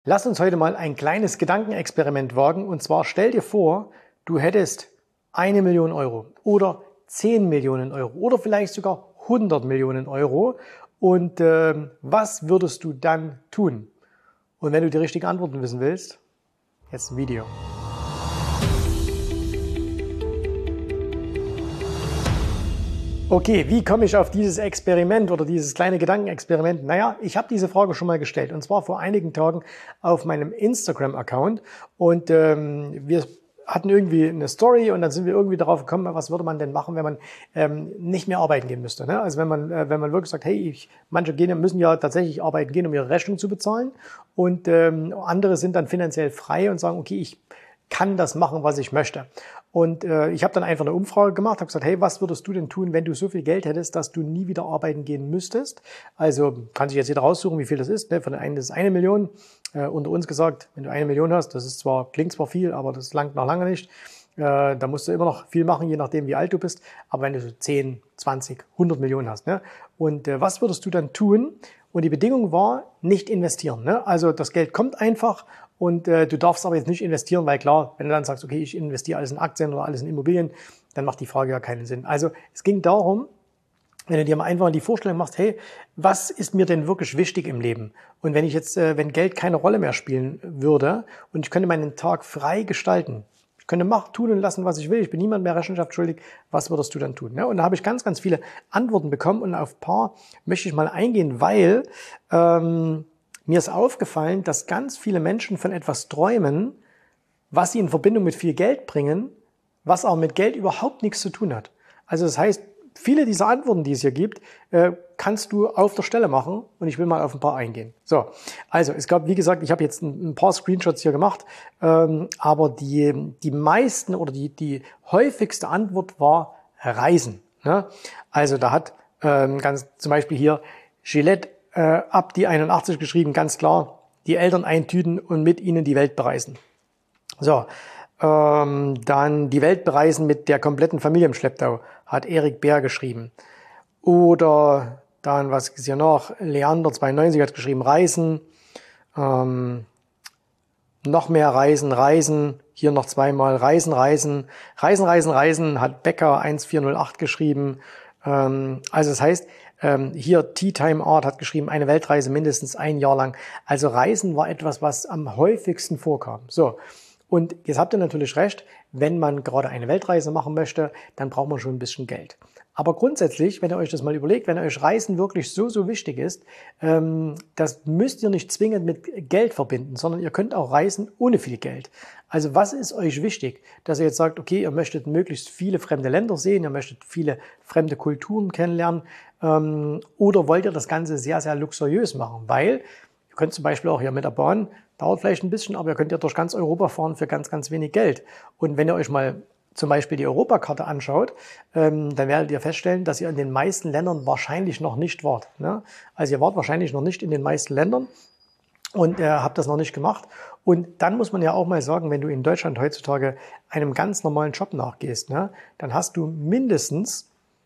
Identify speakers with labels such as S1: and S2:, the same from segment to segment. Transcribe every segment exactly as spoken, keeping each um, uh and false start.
S1: Lass uns heute mal ein kleines Gedankenexperiment wagen. Und zwar stell dir vor, du hättest eine Million Euro oder zehn Millionen Euro oder vielleicht sogar hundert Millionen Euro. Und äh, was würdest du dann tun? Und wenn du die richtigen Antworten wissen willst, jetzt ein Video. Okay, wie komme ich auf dieses Experiment oder dieses kleine Gedankenexperiment? Naja, ich habe diese Frage schon mal gestellt und zwar vor einigen Tagen auf meinem Instagram-Account und ähm, wir hatten irgendwie eine Story und dann sind wir irgendwie darauf gekommen, was würde man denn machen, wenn man ähm, nicht mehr arbeiten gehen müsste. Ne? Also wenn man, äh, wenn man wirklich sagt, hey, ich, manche gehen, müssen ja tatsächlich arbeiten gehen, um ihre Rechnung zu bezahlen und ähm, andere sind dann finanziell frei und sagen, okay, ich kann das machen, was ich möchte. Und äh, ich habe dann einfach eine Umfrage gemacht, habe gesagt, hey, was würdest du denn tun, wenn du so viel Geld hättest, dass du nie wieder arbeiten gehen müsstest? Also kann sich jetzt jeder raussuchen, wie viel das ist. Ne? Von der einen ist es eine Million. Äh, unter uns gesagt, wenn du eine Million hast, das ist zwar, klingt zwar viel, aber das langt noch lange nicht. Äh, da musst du immer noch viel machen, je nachdem, wie alt du bist. Aber wenn du so zehn, zwanzig, hundert Millionen hast. Ne? Und äh, was würdest du dann tun? Und die Bedingung war, nicht investieren. Ne? Also das Geld kommt einfach und äh, du darfst aber jetzt nicht investieren, weil klar, wenn du dann sagst, okay, ich investiere alles in Aktien oder alles in Immobilien, dann macht die Frage ja keinen Sinn. Also es ging darum, wenn du dir mal einfach die Vorstellung machst, hey, was ist mir denn wirklich wichtig im Leben? Und wenn ich jetzt, äh, wenn Geld keine Rolle mehr spielen würde und ich könnte meinen Tag frei gestalten, ich könnte machen, tun und lassen, was ich will. Ich bin niemand mehr Rechenschaft schuldig. Was würdest du dann tun? Und da habe ich ganz, ganz viele Antworten bekommen und auf ein paar möchte ich mal eingehen, weil ähm, mir ist aufgefallen, dass ganz viele Menschen von etwas träumen, was sie in Verbindung mit viel Geld bringen, was aber mit Geld überhaupt nichts zu tun hat. Also das heißt, viele dieser Antworten, die es hier gibt, äh, kannst du auf der Stelle machen und ich will mal auf ein paar eingehen. So, also es gab, wie gesagt, ich habe jetzt ein, ein paar Screenshots hier gemacht, ähm, aber die, die meisten oder die, die häufigste Antwort war Reisen. Ne? Also da hat ähm, ganz zum Beispiel hier Gillette äh, Abdi einundachtzig geschrieben, ganz klar, die Eltern eintüten und mit ihnen die Welt bereisen. So, ähm, dann die Welt bereisen mit der kompletten Familie im Schlepptau, hat Erik Bär geschrieben. Oder dann, was ist hier noch? Leander zweiundneunzig hat geschrieben, Reisen. Ähm, noch mehr Reisen, Reisen. Hier noch zweimal Reisen, Reisen. Reisen, Reisen, Reisen hat Becker eins vier null acht geschrieben. Ähm, also das heißt, ähm, hier Tea Time Art hat geschrieben, eine Weltreise mindestens ein Jahr lang. Also Reisen war etwas, was am häufigsten vorkam. So. Und jetzt habt ihr natürlich recht, wenn man gerade eine Weltreise machen möchte, dann braucht man schon ein bisschen Geld. Aber grundsätzlich, wenn ihr euch das mal überlegt, wenn euch Reisen wirklich so, so wichtig ist, ähm, das müsst ihr nicht zwingend mit Geld verbinden, sondern ihr könnt auch reisen ohne viel Geld. Also was ist euch wichtig? Dass ihr jetzt sagt, okay, ihr möchtet möglichst viele fremde Länder sehen, ihr möchtet viele fremde Kulturen kennenlernen, ähm, oder wollt ihr das Ganze sehr, sehr luxuriös machen? Weil ihr könnt zum Beispiel auch hier mit der Bahn, dauert vielleicht ein bisschen, aber ihr könnt ja durch ganz Europa fahren für ganz, ganz wenig Geld. Und wenn ihr euch mal zum Beispiel die Europakarte anschaut, ähm, dann werdet ihr feststellen, dass ihr in den meisten Ländern wahrscheinlich noch nicht wart. Ne? Also ihr wart wahrscheinlich noch nicht in den meisten Ländern und äh, habt das noch nicht gemacht. Und dann muss man ja auch mal sagen, wenn du in Deutschland heutzutage einem ganz normalen Job nachgehst, ne, dann hast du mindestens,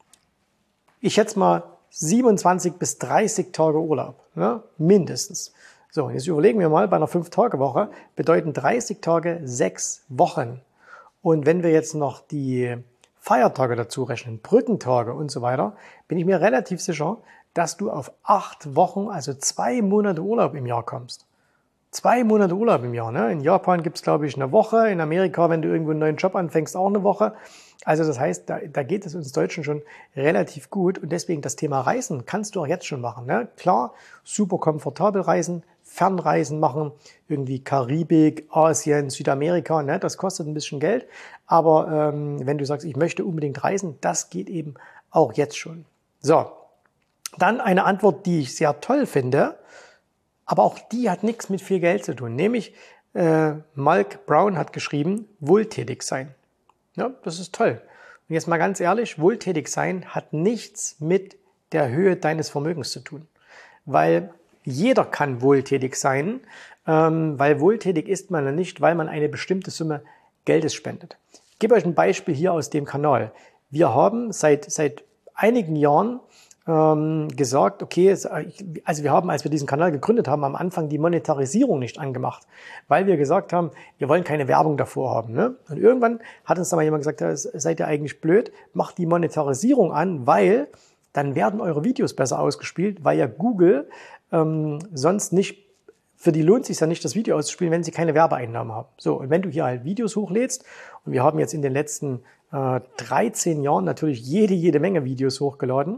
S1: ich schätze mal, siebenundzwanzig bis dreißig Tage Urlaub. Ne? Mindestens. So, jetzt überlegen wir mal, bei einer fünf Tage Woche bedeuten dreißig Tage sechs Wochen. Und wenn wir jetzt noch die Feiertage dazu rechnen, Brückentage und so weiter, bin ich mir relativ sicher, dass du auf acht Wochen, also zwei Monate Urlaub im Jahr kommst. Zwei Monate Urlaub im Jahr. Ne? In Japan gibt es, glaube ich, eine Woche. In Amerika, wenn du irgendwo einen neuen Job anfängst, auch eine Woche. Also das heißt, da, da geht es uns Deutschen schon relativ gut. Und deswegen das Thema Reisen kannst du auch jetzt schon machen. Ne? Klar, super komfortabel reisen, Fernreisen machen, irgendwie Karibik, Asien, Südamerika. Ne? Das kostet ein bisschen Geld. Aber ähm, wenn du sagst, ich möchte unbedingt reisen, das geht eben auch jetzt schon. So, dann eine Antwort, die ich sehr toll finde. Aber auch die hat nichts mit viel Geld zu tun. Nämlich äh, Malk Brown hat geschrieben, wohltätig sein. Ja, das ist toll. Und jetzt mal ganz ehrlich, wohltätig sein hat nichts mit der Höhe deines Vermögens zu tun. Weil jeder kann wohltätig sein, ähm, weil wohltätig ist man ja nicht, weil man eine bestimmte Summe Geldes spendet. Ich gebe euch ein Beispiel hier aus dem Kanal. Wir haben seit, seit einigen Jahren ähm, gesagt, okay, also wir haben, als wir diesen Kanal gegründet haben, am Anfang die Monetarisierung nicht angemacht, weil wir gesagt haben, wir wollen keine Werbung davor haben. Ne? Und irgendwann hat uns dann mal jemand gesagt, ja, seid ihr eigentlich blöd, macht die Monetarisierung an, weil dann werden eure Videos besser ausgespielt, weil ja Google ähm, sonst nicht, für die lohnt es sich ja nicht, das Video auszuspielen, wenn sie keine Werbeeinnahmen haben. So, und wenn du hier halt Videos hochlädst, und wir haben jetzt in den letzten äh, dreizehn Jahren natürlich jede, jede Menge Videos hochgeladen,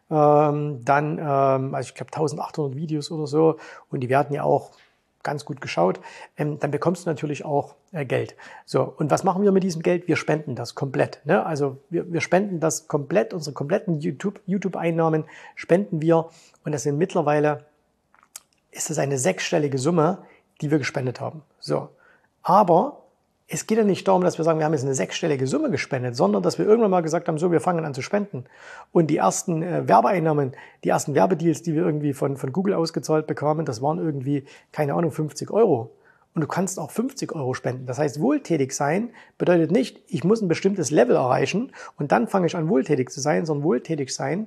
S1: ähm, dann, ähm, also ich glaube eintausendachthundert Videos oder so, und die werden ja auch ganz gut geschaut, ähm, dann bekommst du natürlich auch äh, Geld. So, und was machen wir mit diesem Geld? Wir spenden das komplett. Ne? Also wir, wir spenden das komplett, unsere kompletten YouTube, YouTube-Einnahmen spenden wir, und das sind mittlerweile, ist das eine sechsstellige Summe, die wir gespendet haben. So, aber es geht ja nicht darum, dass wir sagen, wir haben jetzt eine sechsstellige Summe gespendet, sondern dass wir irgendwann mal gesagt haben, so, wir fangen an zu spenden. Und die ersten äh, Werbeeinnahmen, die ersten Werbedeals, die wir irgendwie von, von Google ausgezahlt bekamen, das waren irgendwie, keine Ahnung, fünfzig Euro. Und du kannst auch fünfzig Euro spenden. Das heißt, wohltätig sein bedeutet nicht, ich muss ein bestimmtes Level erreichen und dann fange ich an, wohltätig zu sein, sondern wohltätig sein,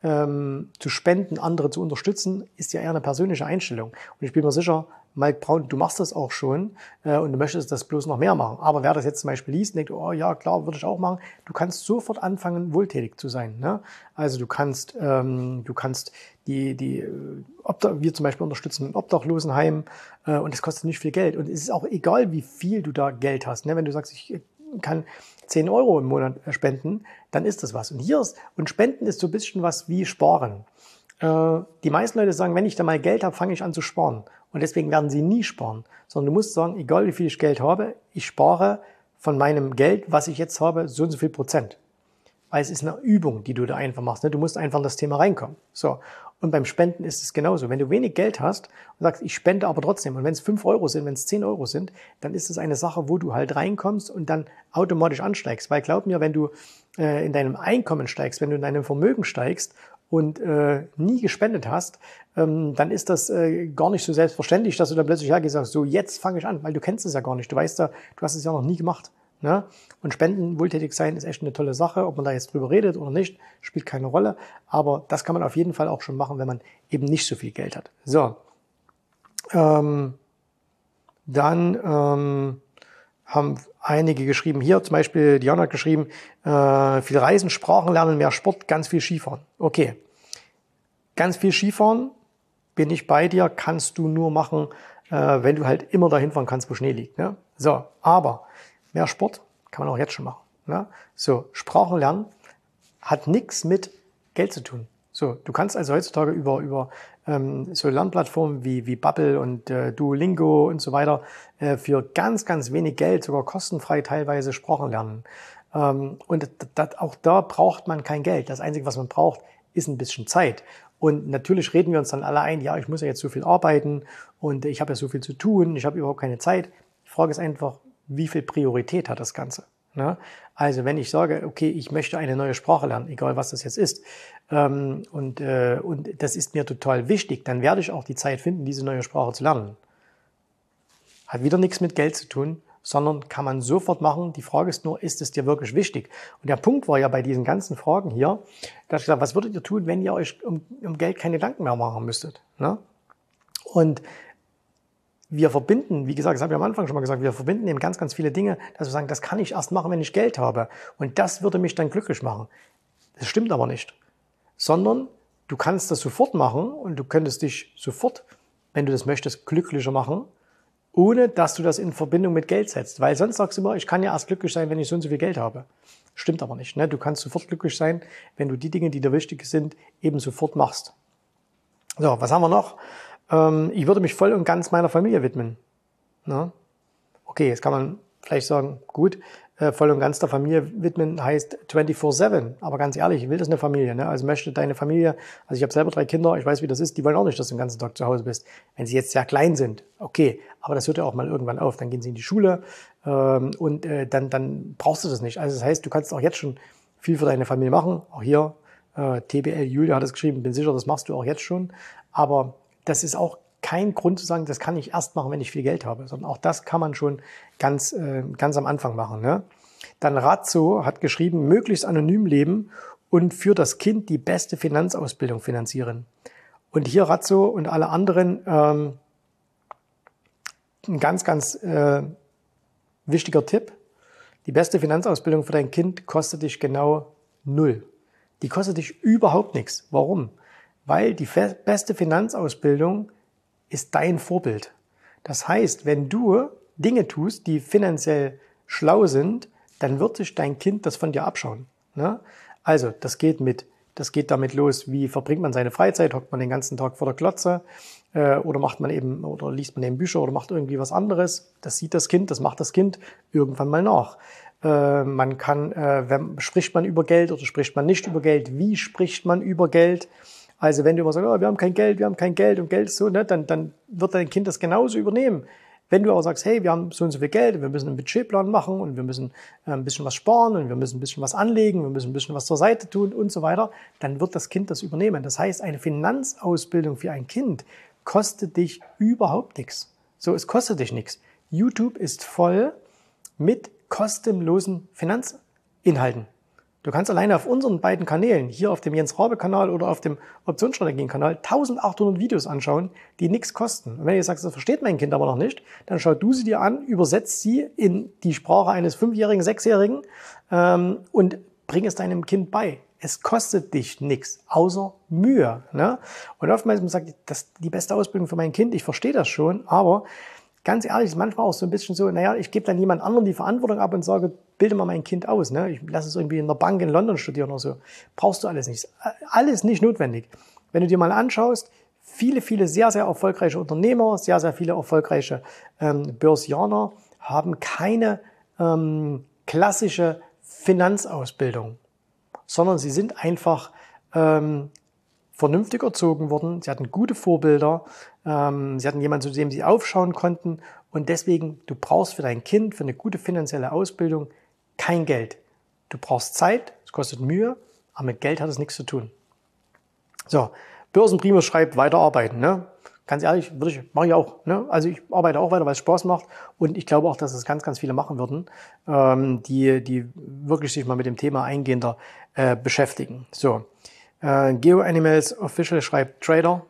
S1: ähm, zu spenden, andere zu unterstützen, ist ja eher eine persönliche Einstellung. Und ich bin mir sicher, Mike Braun, du machst das auch schon äh, und du möchtest das bloß noch mehr machen. Aber wer das jetzt zum Beispiel liest und denkt, oh ja, klar, würde ich auch machen, du kannst sofort anfangen, wohltätig zu sein. Ne? Also du kannst, ähm, du kannst die, die Obdach, wir zum Beispiel unterstützen ein Obdachlosenheim äh, und es kostet nicht viel Geld. Und es ist auch egal, wie viel du da Geld hast. Ne? Wenn du sagst, ich kann zehn Euro im Monat spenden, dann ist das was. Und hier ist, und Spenden ist so ein bisschen was wie Sparen. Äh, die meisten Leute sagen, wenn ich da mal Geld habe, fange ich an zu sparen. Und deswegen werden sie nie sparen. Sondern du musst sagen, egal wie viel ich Geld habe, ich spare von meinem Geld, was ich jetzt habe, so und so viel Prozent. Weil es ist eine Übung, die du da einfach machst. Ne? Du musst einfach in das Thema reinkommen. So. Und beim Spenden ist es genauso. Wenn du wenig Geld hast und sagst, ich spende aber trotzdem, und wenn es fünf Euro sind, wenn es zehn Euro sind, dann ist es eine Sache, wo du halt reinkommst und dann automatisch ansteigst. Weil glaub mir, wenn du äh, in deinem Einkommen steigst, wenn du in deinem Vermögen steigst und äh, nie gespendet hast, ähm, dann ist das äh, gar nicht so selbstverständlich, dass du dann plötzlich hergehst und sagst, so jetzt fange ich an, weil du kennst es ja gar nicht. Du weißt ja, du hast es ja noch nie gemacht. Ne? Und Spenden, wohltätig sein, ist echt eine tolle Sache. Ob man da jetzt drüber redet oder nicht, spielt keine Rolle. Aber das kann man auf jeden Fall auch schon machen, wenn man eben nicht so viel Geld hat. So, ähm, dann ähm, haben einige geschrieben, hier zum Beispiel Diana hat geschrieben, äh, viel Reisen, Sprachen lernen, mehr Sport, ganz viel Skifahren. Okay, ganz viel Skifahren, bin ich bei dir, kannst du nur machen, äh, wenn du halt immer dahin fahren kannst, wo Schnee liegt. Ne? So, aber mehr Sport kann man auch jetzt schon machen. Ne? So, Sprachen lernen hat nichts mit Geld zu tun. So, du kannst also heutzutage über, über ähm, so Lernplattformen wie, wie Babbel und äh, Duolingo und so weiter äh, für ganz, ganz wenig Geld, sogar kostenfrei teilweise Sprachen lernen. Ähm, und das, das, auch da braucht man kein Geld. Das Einzige, was man braucht, ist ein bisschen Zeit. Und natürlich reden wir uns dann alle ein, ja, ich muss ja jetzt so viel arbeiten und ich habe ja so viel zu tun, ich habe überhaupt keine Zeit. Die Frage ist einfach, wie viel Priorität hat das Ganze? Ne? Also wenn ich sage, okay, ich möchte eine neue Sprache lernen, egal was das jetzt ist, ähm, und, äh, und das ist mir total wichtig, dann werde ich auch die Zeit finden, diese neue Sprache zu lernen. Hat wieder nichts mit Geld zu tun, sondern kann man sofort machen. Die Frage ist nur, ist es dir wirklich wichtig? Und der Punkt war ja bei diesen ganzen Fragen hier, dass ich gesagt, was würdet ihr tun, wenn ihr euch um, um Geld keine Gedanken mehr machen müsstet? Ne? Und wir verbinden, wie gesagt, das habe ich am Anfang schon mal gesagt, wir verbinden eben ganz, ganz viele Dinge, dass wir sagen, das kann ich erst machen, wenn ich Geld habe. Und das würde mich dann glücklich machen. Das stimmt aber nicht. Sondern du kannst das sofort machen und du könntest dich sofort, wenn du das möchtest, glücklicher machen, ohne dass du das in Verbindung mit Geld setzt. Weil sonst sagst du immer, ich kann ja erst glücklich sein, wenn ich so und so viel Geld habe. Stimmt aber nicht. Ne? Du kannst sofort glücklich sein, wenn du die Dinge, die dir wichtig sind, eben sofort machst. So, was haben wir noch? Ähm, ich würde mich voll und ganz meiner Familie widmen. Na? Okay, jetzt kann man vielleicht sagen, gut, äh, voll und ganz der Familie widmen heißt vierundzwanzig sieben. Aber ganz ehrlich, ich will das eine Familie. Ne? Also möchte deine Familie, also ich habe selber drei Kinder, ich weiß, wie das ist, die wollen auch nicht, dass du den ganzen Tag zu Hause bist. Wenn sie jetzt sehr klein sind, okay, aber das hört ja auch mal irgendwann auf. Dann gehen sie in die Schule ähm, und äh, dann, dann brauchst du das nicht. Also das heißt, du kannst auch jetzt schon viel für deine Familie machen. Auch hier, äh, T B L Julia hat es geschrieben, bin sicher, das machst du auch jetzt schon. Aber das ist auch kein Grund zu sagen, das kann ich erst machen, wenn ich viel Geld habe, sondern auch das kann man schon ganz, äh, ganz am Anfang machen. Ne? Dann Razzo hat geschrieben, möglichst anonym leben und für das Kind die beste Finanzausbildung finanzieren. Und hier Ratzo und alle anderen, ähm, ein ganz, ganz äh, wichtiger Tipp. Die beste Finanzausbildung für dein Kind kostet dich genau null. Die kostet dich überhaupt nichts. Warum? Weil die beste Finanzausbildung ist dein Vorbild. Das heißt, wenn du Dinge tust, die finanziell schlau sind, dann wird sich dein Kind das von dir abschauen. Ne? Also, das geht mit, das geht damit los, wie verbringt man seine Freizeit, hockt man den ganzen Tag vor der Glotze, äh, oder macht man eben, oder liest man eben Bücher oder macht irgendwie was anderes. Das sieht das Kind, das macht das Kind irgendwann mal nach. Äh, man kann, äh, wenn, spricht man über Geld oder spricht man nicht über Geld? Wie spricht man über Geld? Also wenn du immer sagst, oh, wir haben kein Geld, wir haben kein Geld und Geld ist so, ne, dann, dann wird dein Kind das genauso übernehmen. Wenn du aber sagst, hey, wir haben so und so viel Geld, wir müssen einen Budgetplan machen und wir müssen äh, ein bisschen was sparen und wir müssen ein bisschen was anlegen, wir müssen ein bisschen was zur Seite tun und so weiter, dann wird das Kind das übernehmen. Das heißt, eine Finanzausbildung für ein Kind kostet dich überhaupt nichts. So, es kostet dich nichts. YouTube ist voll mit kostenlosen Finanzinhalten. Du kannst alleine auf unseren beiden Kanälen, hier auf dem Jens-Rabe-Kanal oder auf dem Optionsstrategien-Kanal, eintausendachthundert Videos anschauen, die nichts kosten. Und wenn du sagst, das versteht mein Kind aber noch nicht, dann schau du sie dir an, übersetzt sie in die Sprache eines Fünfjährigen, Sechsjährigen ähm, und bring es deinem Kind bei. Es kostet dich nichts, außer Mühe. Ne? Und oftmals man sagt, das ist die beste Ausbildung für mein Kind, ich verstehe das schon, aber ganz ehrlich, ist manchmal auch so ein bisschen so, naja, ich gebe dann jemand anderen die Verantwortung ab und sage, bilde mal mein Kind aus. Ne? Ich lasse es irgendwie in der Bank in London studieren oder so. Brauchst du alles nicht. Alles nicht notwendig. Wenn du dir mal anschaust, viele, viele sehr, sehr erfolgreiche Unternehmer, sehr, sehr viele erfolgreiche ähm, Börsianer haben keine ähm, klassische Finanzausbildung, sondern sie sind einfach ähm, vernünftig erzogen worden, sie hatten gute Vorbilder, ähm, sie hatten jemanden, zu dem sie aufschauen konnten und deswegen, du brauchst für dein Kind, für eine gute finanzielle Ausbildung kein Geld. Du brauchst Zeit, es kostet Mühe, aber mit Geld hat es nichts zu tun. So, Börsenprimus schreibt, weiterarbeiten. Ne? Ganz ehrlich, würde ich, mache ich auch. Ne? Also ich arbeite auch weiter, weil es Spaß macht und ich glaube auch, dass es ganz, ganz viele machen würden, ähm, die, die wirklich sich mal mit dem Thema eingehender äh, beschäftigen. So. Äh, GeoAnimals Official schreibt Trader.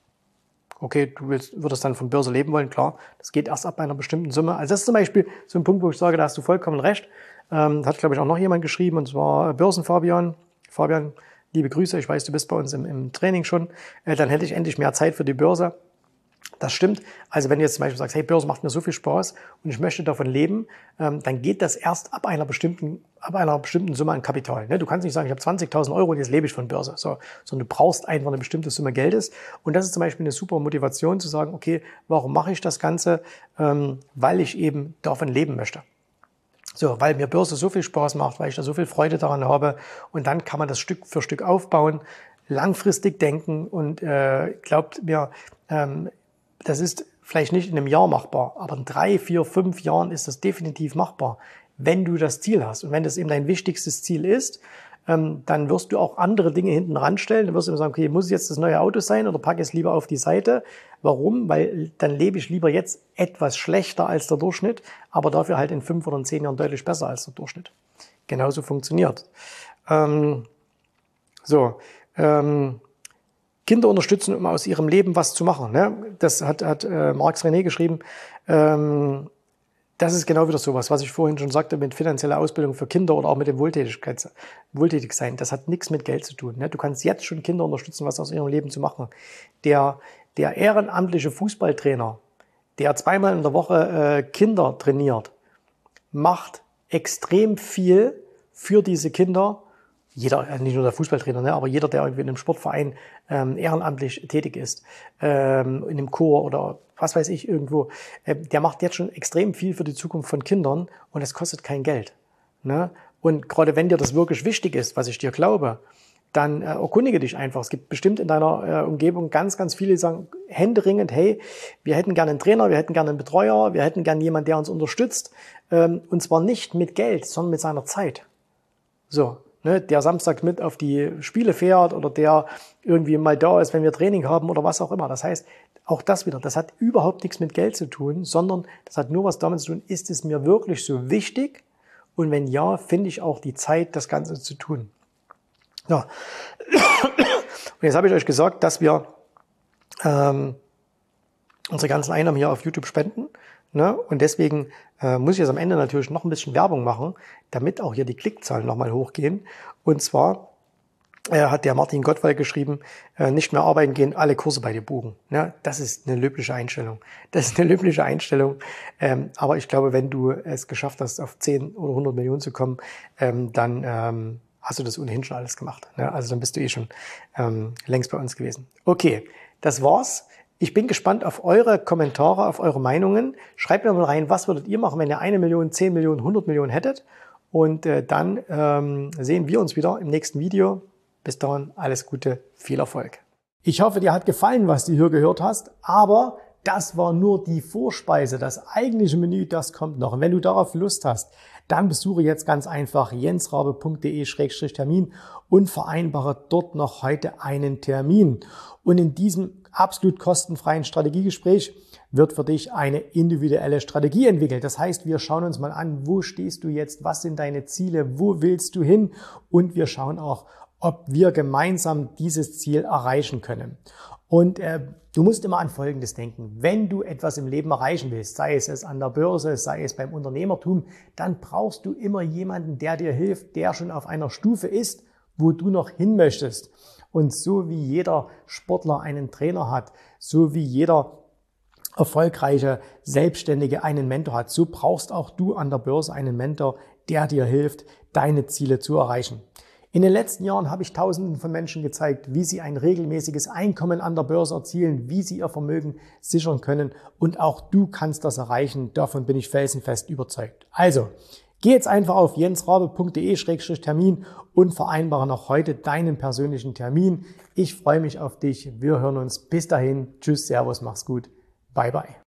S1: Okay, du willst, würdest dann von Börse leben wollen, klar. Das geht erst ab einer bestimmten Summe. Also das ist zum Beispiel so ein Punkt, wo ich sage, da hast du vollkommen recht. Ähm, das hat, glaube ich, auch noch jemand geschrieben, und zwar Börsenfabian. Fabian, liebe Grüße, ich weiß, du bist bei uns im, im Training schon. Äh, dann hätte ich endlich mehr Zeit für die Börse. Das stimmt. Also wenn du jetzt zum Beispiel sagst, hey, Börse macht mir so viel Spaß und ich möchte davon leben, ähm, dann geht das erst ab einer bestimmten, ab einer bestimmten Summe an Kapital. Ne? Du kannst nicht sagen, ich habe zwanzigtausend Euro und jetzt lebe ich von Börse. So, sondern du brauchst einfach eine bestimmte Summe Geldes. Und das ist zum Beispiel eine super Motivation zu sagen, okay, warum mache ich das Ganze? Ähm, weil ich eben davon leben möchte. So, weil mir Börse so viel Spaß macht, weil ich da so viel Freude daran habe. Und dann kann man das Stück für Stück aufbauen, langfristig denken und äh, glaubt mir, ähm, das ist vielleicht nicht in einem Jahr machbar, aber in drei, vier, fünf Jahren ist das definitiv machbar, wenn du das Ziel hast. Und wenn das eben dein wichtigstes Ziel ist, ähm, dann wirst du auch andere Dinge hinten ranstellen. Dann wirst du immer sagen, okay, muss es jetzt das neue Auto sein oder packe es lieber auf die Seite? Warum? Weil dann lebe ich lieber jetzt etwas schlechter als der Durchschnitt, aber dafür halt in fünf oder in zehn Jahren deutlich besser als der Durchschnitt. Genauso funktioniert. Ähm, so, ähm, Kinder unterstützen, um aus ihrem Leben was zu machen. Ne? Das hat, hat äh, Marx René geschrieben. Ähm, das ist genau wieder sowas, was ich vorhin schon sagte mit finanzieller Ausbildung für Kinder oder auch mit dem Wohltätigkeits Wohltätigsein. Das hat nichts mit Geld zu tun. Ne? Du kannst jetzt schon Kinder unterstützen, was aus ihrem Leben zu machen. Der, der ehrenamtliche Fußballtrainer, der zweimal in der Woche äh, Kinder trainiert, macht extrem viel für diese Kinder. Jeder, nicht nur der Fußballtrainer, ne, aber jeder, der irgendwie in einem Sportverein ähm, ehrenamtlich tätig ist, ähm, in einem Chor oder was weiß ich irgendwo, äh, der macht jetzt schon extrem viel für die Zukunft von Kindern und es kostet kein Geld. Ne? Und gerade wenn dir das wirklich wichtig ist, was ich dir glaube, dann äh, erkundige dich einfach. Es gibt bestimmt in deiner äh, Umgebung ganz, ganz viele, die sagen händeringend, hey, wir hätten gerne einen Trainer, wir hätten gerne einen Betreuer, wir hätten gerne jemanden, der uns unterstützt. Ähm, und zwar nicht mit Geld, sondern mit seiner Zeit. So. Ne, der Samstag mit auf die Spiele fährt oder der irgendwie mal da ist, wenn wir Training haben oder was auch immer. Das heißt, auch das wieder, das hat überhaupt nichts mit Geld zu tun, sondern das hat nur was damit zu tun, ist es mir wirklich so wichtig? Und wenn ja, finde ich auch die Zeit, das Ganze zu tun. Ja. Und jetzt habe ich euch gesagt, dass wir ähm, unsere ganzen Einnahmen hier auf YouTube spenden. Ne? Und deswegen äh, muss ich jetzt am Ende natürlich noch ein bisschen Werbung machen, damit auch hier die Klickzahlen nochmal hochgehen. Und zwar äh, hat der Martin Gottwald geschrieben, äh, nicht mehr arbeiten gehen, alle Kurse bei dir buchen. Ne? Das ist eine löbliche Einstellung. Das ist eine löbliche Einstellung. Ähm, aber ich glaube, wenn du es geschafft hast, auf zehn oder hundert Millionen zu kommen, ähm, dann ähm, hast du das ohnehin schon alles gemacht. Ne? Also dann bist du eh schon ähm, längst bei uns gewesen. Okay, das war's. Ich bin gespannt auf eure Kommentare, auf eure Meinungen. Schreibt mir mal rein, was würdet ihr machen, wenn ihr eine Million, zehn Millionen, hundert Millionen hättet. Und äh, dann ähm, sehen wir uns wieder im nächsten Video. Bis dahin, alles Gute, viel Erfolg. Ich hoffe, dir hat gefallen, was du hier gehört hast, aber das war nur die Vorspeise. Das eigentliche Menü, das kommt noch. Und wenn du darauf Lust hast, dann besuche jetzt ganz einfach jensrabe punkt de Schrägstrich Termin und vereinbare dort noch heute einen Termin. Und in diesem absolut kostenfreien Strategiegespräch wird für dich eine individuelle Strategie entwickelt. Das heißt, wir schauen uns mal an, wo stehst du jetzt, was sind deine Ziele, wo willst du hin, und wir schauen auch, ob wir gemeinsam dieses Ziel erreichen können. Und äh, du musst immer an Folgendes denken. Wenn du etwas im Leben erreichen willst, sei es an der Börse, sei es beim Unternehmertum, dann brauchst du immer jemanden, der dir hilft, der schon auf einer Stufe ist, wo du noch hin möchtest. Und so wie jeder Sportler einen Trainer hat, so wie jeder erfolgreiche Selbstständige einen Mentor hat, so brauchst auch du an der Börse einen Mentor, der dir hilft, deine Ziele zu erreichen. In den letzten Jahren habe ich Tausenden von Menschen gezeigt, wie sie ein regelmäßiges Einkommen an der Börse erzielen, wie sie ihr Vermögen sichern können, und auch du kannst das erreichen. Davon bin ich felsenfest überzeugt. Also, geh jetzt einfach auf jensrabe punkt de Schrägstrich Termin und vereinbare noch heute deinen persönlichen Termin. Ich freue mich auf dich. Wir hören uns. Bis dahin. Tschüss, Servus, mach's gut. Bye, bye.